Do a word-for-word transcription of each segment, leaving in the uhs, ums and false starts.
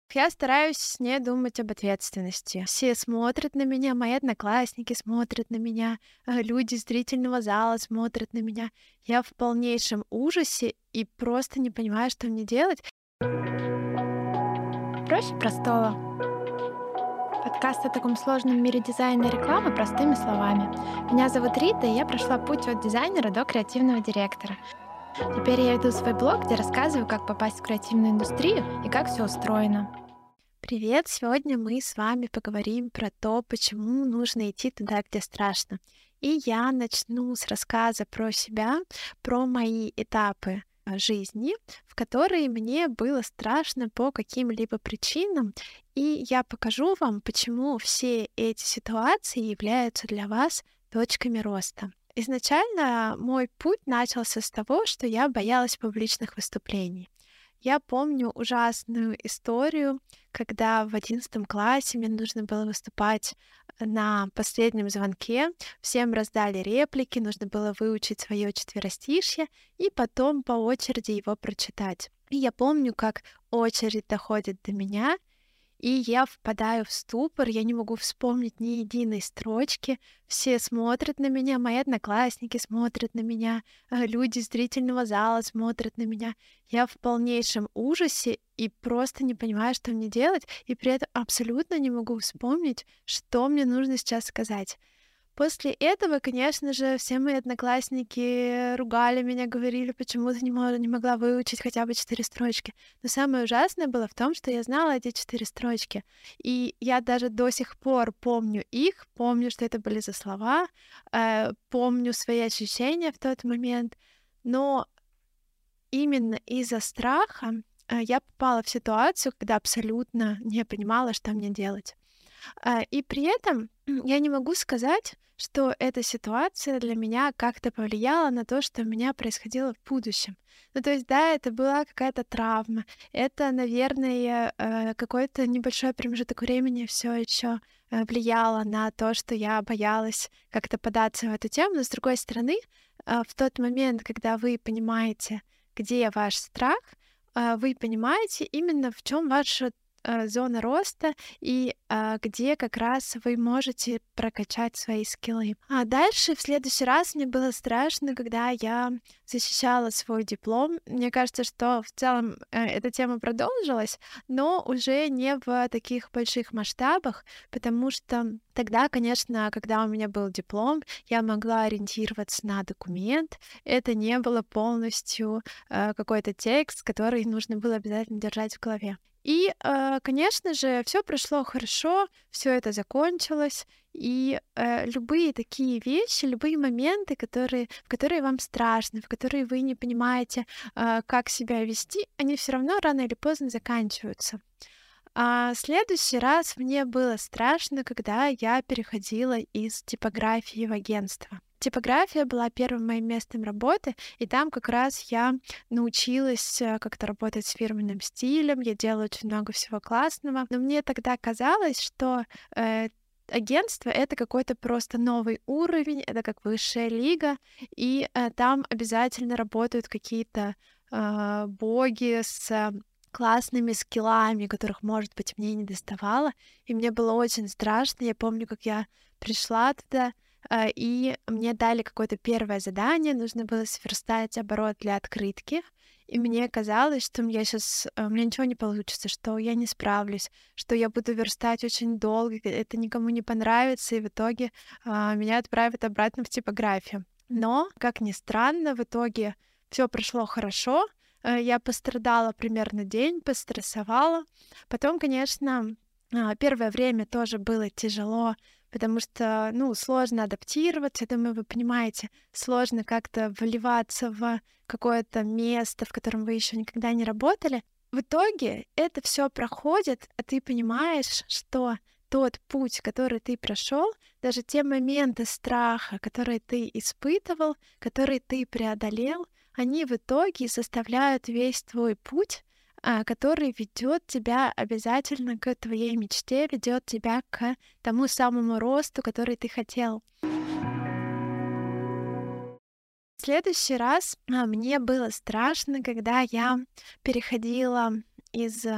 Я стараюсь не думать об ответственности. Все смотрят на меня, мои одноклассники смотрят на меня, э, люди из зрительного зала смотрят на меня. Я в полнейшем ужасе и просто не понимаю, что мне делать. Проще простого. Подкаст о таком сложном мире дизайна и рекламы простыми словами. Меня зовут Рита, и я прошла путь от дизайнера до креативного директора. Теперь я веду свой блог, где рассказываю, как попасть в креативную индустрию и как все устроено. Привет! Сегодня мы с вами поговорим про то, почему нужно идти туда, где страшно. И я начну с рассказа про себя, про мои этапы э, жизни, в которые мне было страшно по каким-либо причинам. И я покажу вам, почему все эти ситуации являются для вас точками роста. Изначально мой путь начался с того, что я боялась публичных выступлений. Я помню ужасную историю, когда в одиннадцатом классе мне нужно было выступать на последнем звонке. Всем раздали реплики, нужно было выучить свое четверостишье и потом по очереди его прочитать. И я помню, как очередь доходит до меня, и я впадаю в ступор, я не могу вспомнить ни единой строчки. Все смотрят на меня, мои одноклассники смотрят на меня, э, люди из зрительного зала смотрят на меня. Я в полнейшем ужасе и просто не понимаю, что мне делать, и при этом абсолютно не могу вспомнить, что мне нужно сейчас сказать. После этого, конечно же, все мои одноклассники ругали меня, говорили, почему ты не, мо- не могла выучить хотя бы четыре строчки. Но самое ужасное было в том, что я знала эти четыре строчки. И я даже до сих пор помню их, помню, что это были за слова, э, помню свои ощущения в тот момент. Но именно из-за страха э, я попала в ситуацию, когда абсолютно не понимала, что мне делать. А, и при этом я не могу сказать, что эта ситуация для меня как-то повлияла на то, что у меня происходило в будущем. Ну, то есть, да, это была какая-то травма. Это, наверное, э, какой-то небольшой промежуток времени все еще влияло на то, что я боялась как-то податься в эту тему. Но, с другой стороны, э, в тот момент, когда вы понимаете, где ваш страх, э, вы понимаете именно в чем ваша э, зона роста и а, где как раз вы можете прокачать свои скиллы. А дальше в следующий раз мне было страшно, когда я защищала свой диплом. Мне кажется, что в целом э, эта тема продолжилась, но уже не в таких больших масштабах, потому что тогда, конечно, когда у меня был диплом, я могла ориентироваться на документ. Это не было полностью э, какой-то текст, который нужно было обязательно держать в голове. И, э, конечно же, все прошло хорошо, все это закончилось, и э, любые такие вещи, любые моменты, которые, в которые вам страшно, в которые вы не понимаете, э, как себя вести, они все равно рано или поздно заканчиваются. А следующий раз мне было страшно, когда я переходила из типографии в агентство. Типография была первым моим местом работы, и там как раз я научилась э, как-то работать с фирменным стилем, я делала очень много всего классного, но мне тогда казалось, что э, агентство — это какой-то просто новый уровень, это как высшая лига, и э, там обязательно работают какие-то э, боги с э, классными скиллами, которых, может быть, мне не доставало, и мне было очень страшно. Я помню, как я пришла туда, а, и мне дали какое-то первое задание, нужно было сверстать оборот для открытки, и мне казалось, что я сейчас, у меня ничего не получится, что я не справлюсь, что я буду верстать очень долго, это никому не понравится, и в итоге а, меня отправят обратно в типографию. Но, как ни странно, в итоге все прошло хорошо, э, я пострадала примерно день, пострессовала. Потом, конечно, а, первое время тоже было тяжело, потому что, ну, сложно адаптироваться. Я думаю, вы понимаете, сложно как-то вливаться в какое-то место, в котором вы еще никогда не работали. В итоге это все проходит, а ты понимаешь, что тот путь, который ты прошел, даже те моменты страха, которые ты испытывал, которые ты преодолел, они в итоге составляют весь твой путь, а, который ведет тебя обязательно к твоей мечте, ведет тебя к тому самому росту, который ты хотел. В следующий раз а, мне было страшно, когда я переходила из э,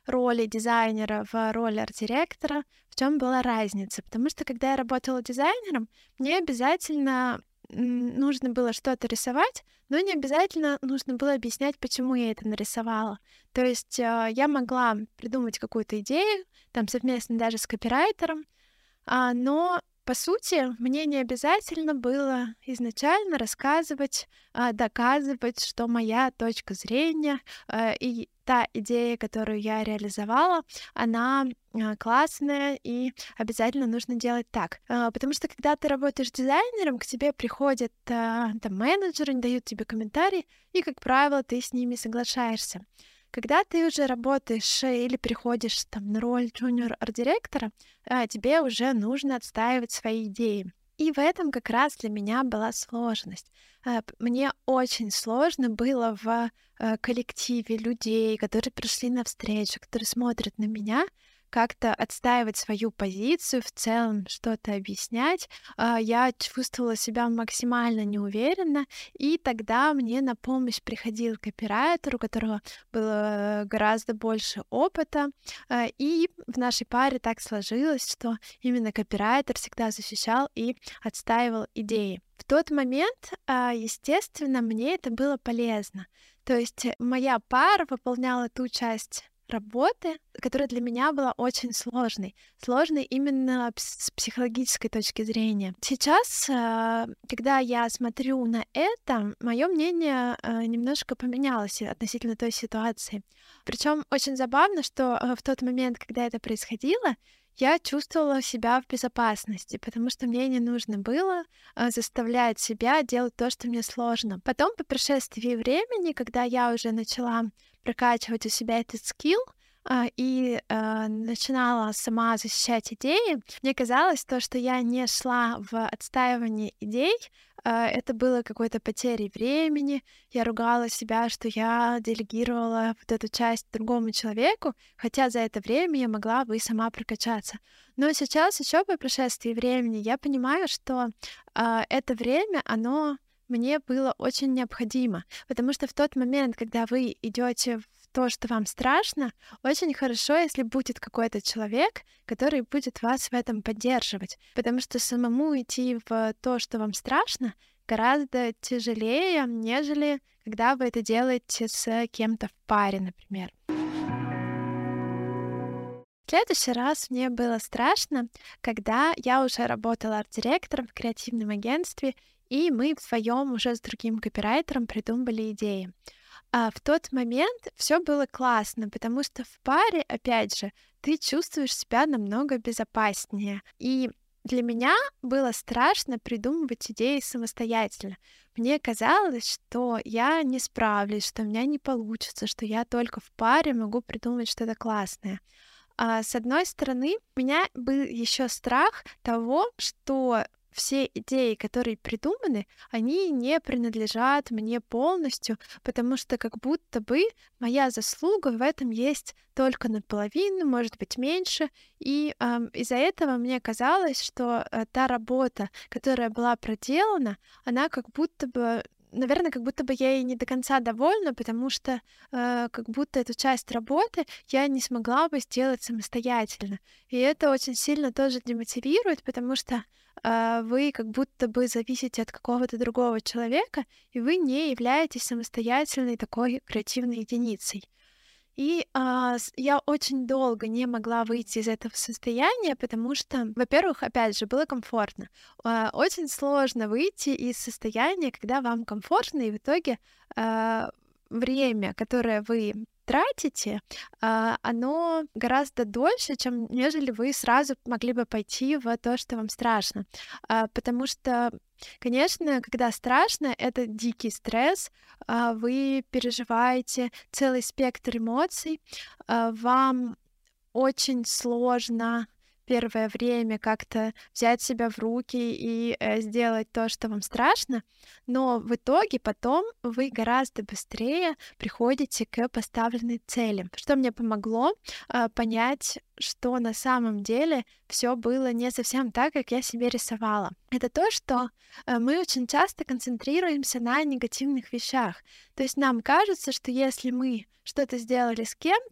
роли дизайнера в роль арт-директора, в чем была разница. Потому что когда я работала дизайнером, мне обязательно м, нужно было что-то рисовать, но не обязательно нужно было объяснять, почему я это нарисовала. То есть э, я могла придумать какую-то идею, там совместно даже с копирайтером, а, но по сути мне не обязательно было изначально рассказывать, а, доказывать, что моя точка зрения а, и та идея, которую я реализовала, она а, классная и обязательно нужно делать так. А, потому что когда ты работаешь дизайнером, к тебе приходят а, там менеджеры, дают тебе комментарии, и, как правило, ты с ними соглашаешься. Когда ты уже работаешь э, или приходишь там на роль junior арт-директора, а, тебе уже нужно отстаивать свои идеи. И в этом как раз для меня была сложность. А, п- Мне очень сложно было в э, коллективе людей, которые пришли навстречу, которые смотрят на меня, как-то отстаивать свою позицию, в целом что-то объяснять. А, Я чувствовала себя максимально неуверенно, и тогда мне на помощь приходил копирайтер, у которого было гораздо больше опыта, а, и в нашей паре так сложилось, что именно копирайтер всегда защищал и отстаивал идеи. В тот момент, а, естественно, мне это было полезно. То есть э, моя пара выполняла ту часть работы, которая для меня была очень сложной. Сложной именно пс- с психологической точки зрения. Сейчас, а, когда я смотрю на это, мое мнение а, немножко поменялось относительно той ситуации. Причем очень забавно, что а, в тот момент, когда это происходило, я чувствовала себя в безопасности, потому что мне не нужно было а, заставлять себя делать то, что мне сложно. Потом, по прошествии времени, когда я уже начала прокачивать у себя этот скилл, а, и а, начинала сама защищать идеи, мне казалось то, что я не шла в отстаивание идей, а, это было какой-то потерей времени, я ругала себя, что я делегировала вот эту часть другому человеку, хотя за это время я могла бы и сама прокачаться. Но сейчас, еще по прошествии времени, я понимаю, что а, это время, оно мне было очень необходимо, потому что в тот момент, когда вы идете в то, что вам страшно, очень хорошо, если будет какой-то человек, который будет вас в этом поддерживать, потому что самому идти в то, что вам страшно, гораздо тяжелее, нежели когда вы это делаете с кем-то в паре, например. В следующий раз мне было страшно, когда я уже работала арт-директором в креативном агентстве, и мы вдвоем уже с другим копирайтером придумывали идеи. А в тот момент все было классно, потому что в паре, опять же, ты чувствуешь себя намного безопаснее. И для меня было страшно придумывать идеи самостоятельно. Мне казалось, что я не справлюсь, что у меня не получится, что я только в паре могу придумать что-то классное. А, с одной стороны, у меня был еще страх того, что все идеи, которые придуманы, они не принадлежат мне полностью, потому что как будто бы моя заслуга в этом есть только наполовину, может быть, меньше. И ам, из-за этого мне казалось, что э, та работа, которая была проделана, она как будто бы наверное, как будто бы я ей не до конца довольна, потому что э, как будто эту часть работы я не смогла бы сделать самостоятельно. И это очень сильно тоже демотивирует, потому что э, вы как будто бы зависите от какого-то другого человека, и вы не являетесь самостоятельной такой креативной единицей. И а, с- я очень долго не могла выйти из этого состояния, потому что, во-первых, опять же, было комфортно. А, очень сложно выйти из состояния, когда вам комфортно, и в итоге а, время, которое вы тратите, а, оно гораздо дольше, чем нежели вы сразу могли бы пойти в то, что вам страшно. А, потому что, конечно, когда страшно, это дикий стресс, а, вы переживаете целый спектр эмоций, а, вам очень сложно первое время как-то взять себя в руки и э, сделать то, что вам страшно, но в итоге потом вы гораздо быстрее приходите к поставленной цели, что мне помогло а, понять, что на самом деле все было не совсем так, как я себе рисовала. Это то, что э, мы очень часто концентрируемся на негативных вещах. То есть нам кажется, что если мы что-то сделали с кем-то,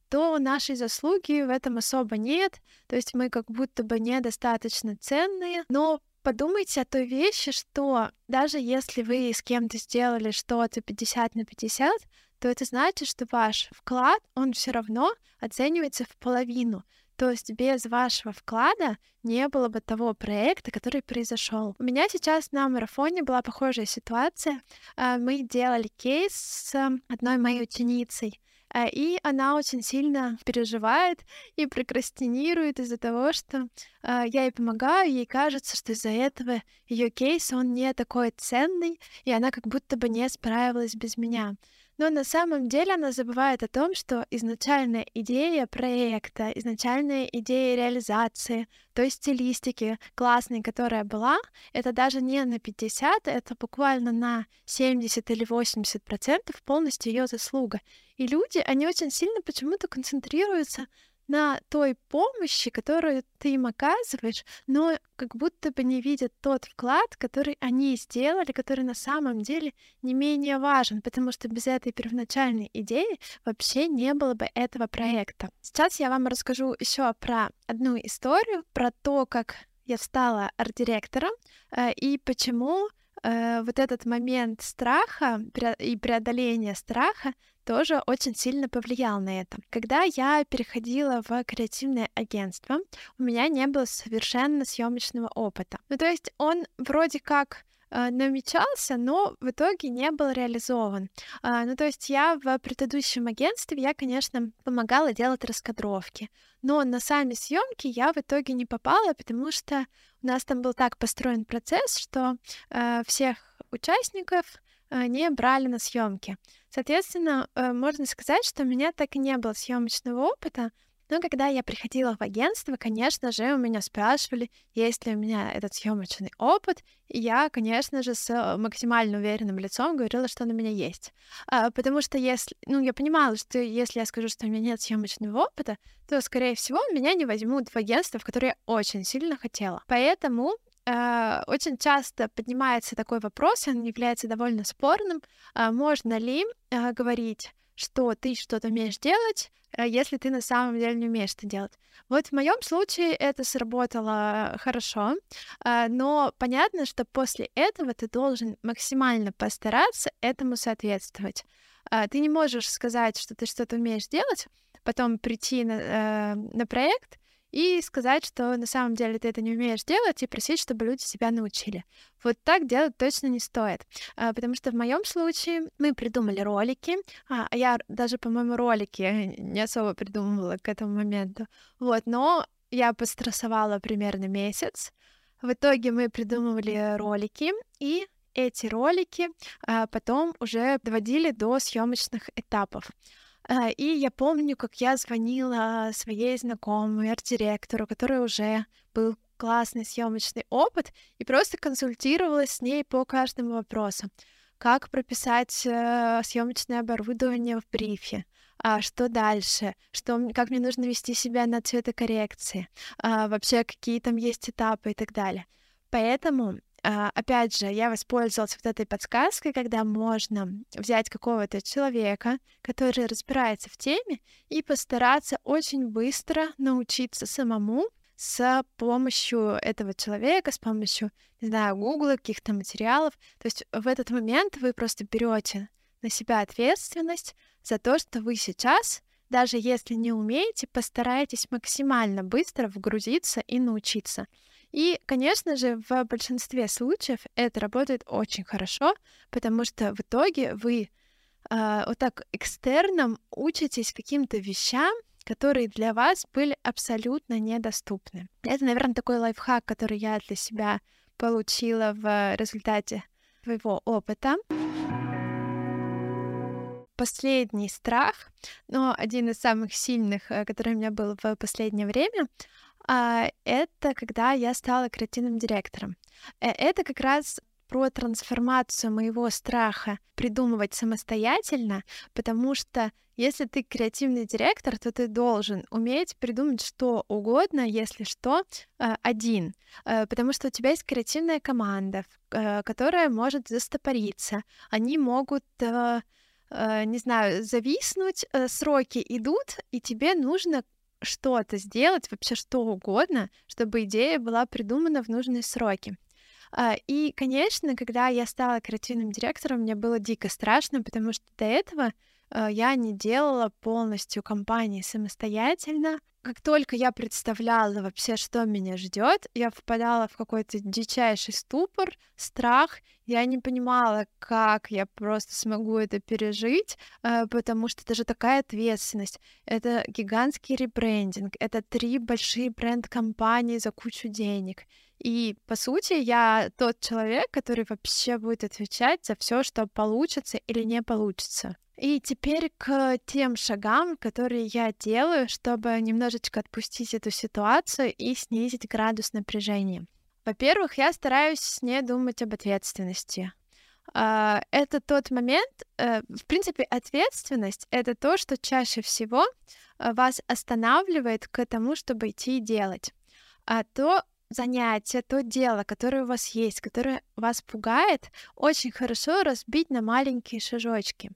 то нашей заслуги в этом особо нет, то есть мы как будто бы недостаточно ценные, но подумайте о той вещи, что даже если вы с кем-то сделали что-то пятьдесят на пятьдесят, то это значит, что ваш вклад, он все равно оценивается в половину. То есть без вашего вклада не было бы того проекта, который произошел. У меня сейчас на марафоне была похожая ситуация. А, Мы делали кейс с одной моей ученицей, а, и она очень сильно переживает и прокрастинирует из-за того, что а, я ей помогаю, ей кажется, что из-за этого ее кейс, он не такой ценный, и она как будто бы не справилась без меня. Но на самом деле она забывает о том, что изначальная идея проекта, изначальная идея реализации, той стилистики классной, которая была, это даже не на пятьдесят, это буквально на семьдесят или восемьдесят процентов полностью ее заслуга. И люди, они очень сильно почему-то концентрируются на той помощи, которую ты им оказываешь, но как будто бы не видят тот вклад, который они сделали, который на самом деле не менее важен, потому что без этой первоначальной идеи вообще не было бы этого проекта. Сейчас я вам расскажу еще про одну историю, про то, как я стала арт-директором э, и почему э, вот этот момент страха пре- и преодоления страха тоже очень сильно повлиял на это. Когда я переходила в креативное агентство, у меня не было совершенно съемочного опыта. Ну, то есть он вроде как э, намечался, но в итоге не был реализован. А, ну, то есть я в предыдущем агентстве, я, конечно, помогала делать раскадровки, но на сами съемки я в итоге не попала, потому что у нас там был так построен процесс, что э, всех участников э, не брали на съемки. Соответственно, э, можно сказать, что у меня так и не было съемочного опыта, но когда я приходила в агентство, конечно же, у меня спрашивали, есть ли у меня этот съемочный опыт, и я, конечно же, с максимально уверенным лицом говорила, что он у меня есть. А, потому что если, ну, я понимала, что если я скажу, что у меня нет съемочного опыта, то, скорее всего, меня не возьмут в агентство, в которое я очень сильно хотела. Поэтому э, очень часто поднимается такой вопрос, он является довольно спорным, а можно ли э, говорить, что ты что-то умеешь делать, э, если ты на самом деле не умеешь это делать. Вот в моем случае это сработало хорошо, э, но понятно, что после этого ты должен максимально постараться этому соответствовать. Э, Ты не можешь сказать, что ты что-то умеешь делать, потом прийти на, э, на проект и сказать, что на самом деле ты это не умеешь делать, и просить, чтобы люди тебя научили. Вот так делать точно не стоит, а, потому что в моем случае мы придумали ролики, а а я даже, по-моему, ролики не особо придумывала к этому моменту, вот, но я пострессовала примерно месяц. В итоге мы придумывали ролики, и эти ролики а, потом уже доводили до съемочных этапов. А, И я помню, как я звонила своей знакомой арт-директору, который уже был классный съемочный опыт, и просто консультировалась с ней по каждому вопросу. Как прописать съемочное оборудование в брифе, а что дальше, что, м- как мне нужно вести себя на цветокоррекции, а, вообще какие там есть этапы и так далее. Поэтому, а, опять же, я воспользовалась вот этой подсказкой, когда можно взять какого-то человека, который разбирается в теме, и постараться очень быстро научиться самому с помощью этого человека, с помощью, не знаю, Гугла, каких-то материалов. То есть в этот момент вы просто берете на себя ответственность за то, что вы сейчас, даже если не умеете, постарайтесь максимально быстро вгрузиться и научиться. И, конечно же, в большинстве случаев это работает очень хорошо, потому что в итоге вы а, вот так экстерном учитесь каким-то вещам, которые для вас были абсолютно недоступны. Это, наверное, такой лайфхак, который я для себя получила в результате своего опыта. Последний страх, но один из самых сильных, э, который у меня был в последнее время, а, это когда я стала креативным директором. Э, Это как раз про трансформацию моего страха придумывать самостоятельно, потому что если ты креативный директор, то ты должен уметь придумать что угодно, если что, э, один, Э, потому что у тебя есть креативная команда, в- э, которая может застопориться, они могут э, э, не знаю, зависнуть, э, сроки идут, и тебе нужно что-то сделать, вообще что угодно, чтобы идея была придумана в нужные сроки. А, и, конечно, когда я стала креативным директором, мне было дико страшно, потому что до этого э, я не делала полностью компании самостоятельно. Как только я представляла вообще, что меня ждет, я впадала в какой-то дичайший ступор, страх. Я не понимала, как я просто смогу это пережить, э, потому что это же такая ответственность. Это гигантский ребрендинг, это три большие бренд-компании за кучу денег. И, по сути, я тот человек, который вообще будет отвечать за все, что получится или не получится. И теперь к тем шагам, которые я делаю, чтобы немножечко отпустить эту ситуацию и снизить градус напряжения. Во-первых, я стараюсь не думать об ответственности. А, Это тот момент, э, в принципе, ответственность — это то, что чаще всего э, вас останавливает к тому, чтобы идти и делать. А то занятие, то дело, которое у вас есть, которое вас пугает, очень хорошо разбить на маленькие шажочки.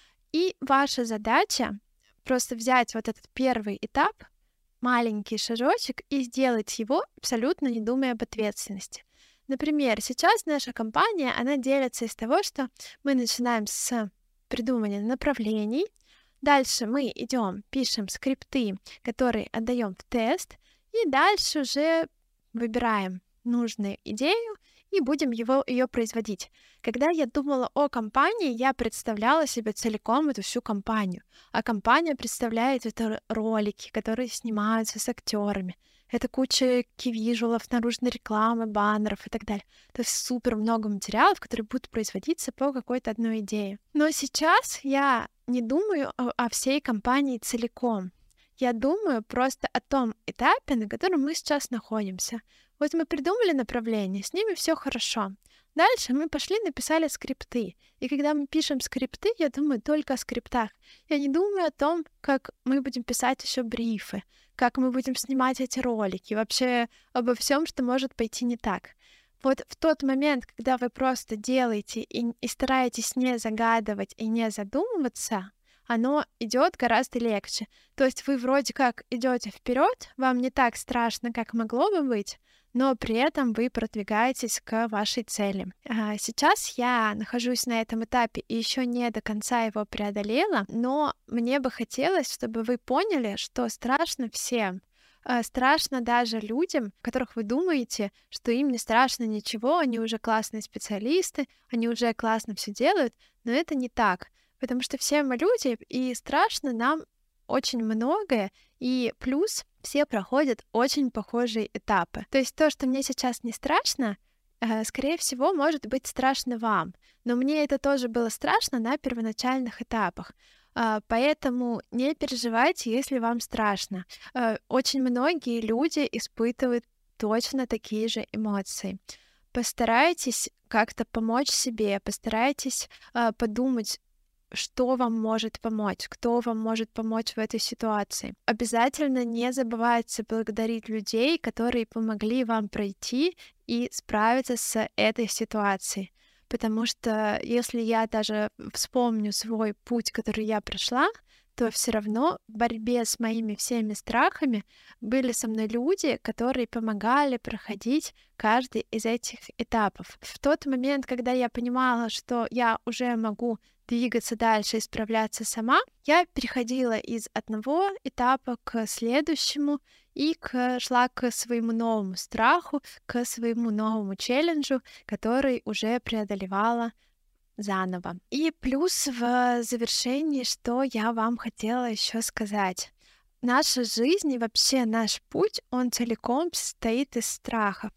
И ваша задача просто взять вот этот первый этап, маленький шажочек, и сделать его, абсолютно не думая об ответственности. Например, сейчас наша компания, она делится из того, что мы начинаем с придумывания направлений, дальше мы идем, пишем скрипты, которые отдаем в тест, и дальше уже выбираем нужную идею и будем его, ее производить. Когда я думала о компании, я представляла себе целиком эту всю компанию. А компания представляет это ролики, которые снимаются с актерами. Это куча кей-вижуалов, наружной рекламы, баннеров и так далее. То есть супер много материалов, которые будут производиться по какой-то одной идее. Но сейчас я не думаю о, о всей компании целиком. Я думаю просто о том этапе, на котором мы сейчас находимся. Вот мы придумали направление, с ними все хорошо. Дальше мы пошли, написали скрипты. И когда мы пишем скрипты, я думаю только о скриптах. Я не думаю о том, как мы будем писать еще брифы, как мы будем снимать эти ролики, вообще обо всем, что может пойти не так. Вот в тот момент, когда вы просто делаете и, и стараетесь не загадывать и не задумываться, оно идет гораздо легче. То есть вы вроде как идете вперед, вам не так страшно, как могло бы быть, но при этом вы продвигаетесь к вашей цели. А сейчас я нахожусь на этом этапе и еще не до конца его преодолела, но мне бы хотелось, чтобы вы поняли, что страшно всем. А, Страшно даже людям, которых вы думаете, что им не страшно ничего, они уже классные специалисты, они уже классно все делают, но это не так. Потому что все мы люди, и страшно нам очень многое, и плюс все проходят очень похожие этапы. То есть то, что мне сейчас не страшно, э, скорее всего, может быть страшно вам. Но мне это тоже было страшно на первоначальных этапах. А, Поэтому не переживайте, если вам страшно. Э, Очень многие люди испытывают точно такие же эмоции. Постарайтесь как-то помочь себе, постарайтесь э, подумать, что вам может помочь, кто вам может помочь в этой ситуации. Обязательно не забывайте благодарить людей, которые помогли вам пройти и справиться с этой ситуацией. Потому что если я даже вспомню свой путь, который я прошла, то все равно в борьбе с моими всеми страхами были со мной люди, которые помогали проходить каждый из этих этапов. В тот момент, когда я понимала, что я уже могу двигаться дальше и справляться сама, я переходила из одного этапа к следующему и к, шла к своему новому страху, к своему новому челленджу, который уже преодолевала заново. И плюс в завершении, что я вам хотела еще сказать. Наша жизнь и вообще наш путь, он целиком состоит из страхов.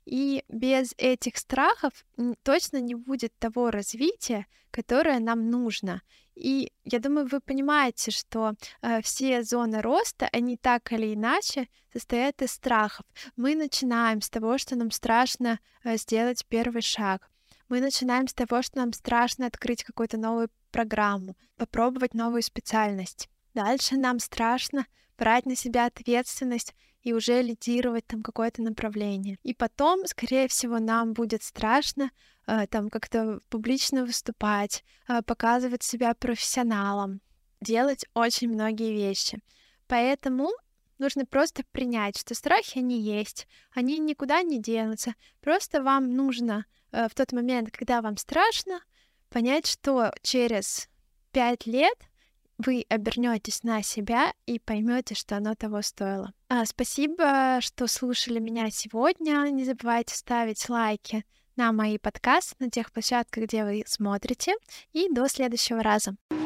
И без этих страхов точно не будет того развития, которое нам нужно. И я думаю, вы понимаете, что э, все зоны роста, они так или иначе состоят из страхов. Мы начинаем с того, что нам страшно э, сделать первый шаг. Мы начинаем с того, что нам страшно открыть какую-то новую программу, попробовать новую специальность. Дальше нам страшно брать на себя ответственность и уже лидировать там какое-то направление. И потом, скорее всего, нам будет страшно э, там как-то публично выступать, э, показывать себя профессионалом, делать очень многие вещи. Поэтому нужно просто принять, что страхи, они есть, они никуда не денутся. Просто вам нужно э, в тот момент, когда вам страшно, понять, что через пять лет вы обернетесь на себя и поймете, что оно того стоило. А, спасибо, что слушали меня сегодня. Не забывайте ставить лайки на мои подкасты на тех площадках, где вы смотрите. И до следующего раза.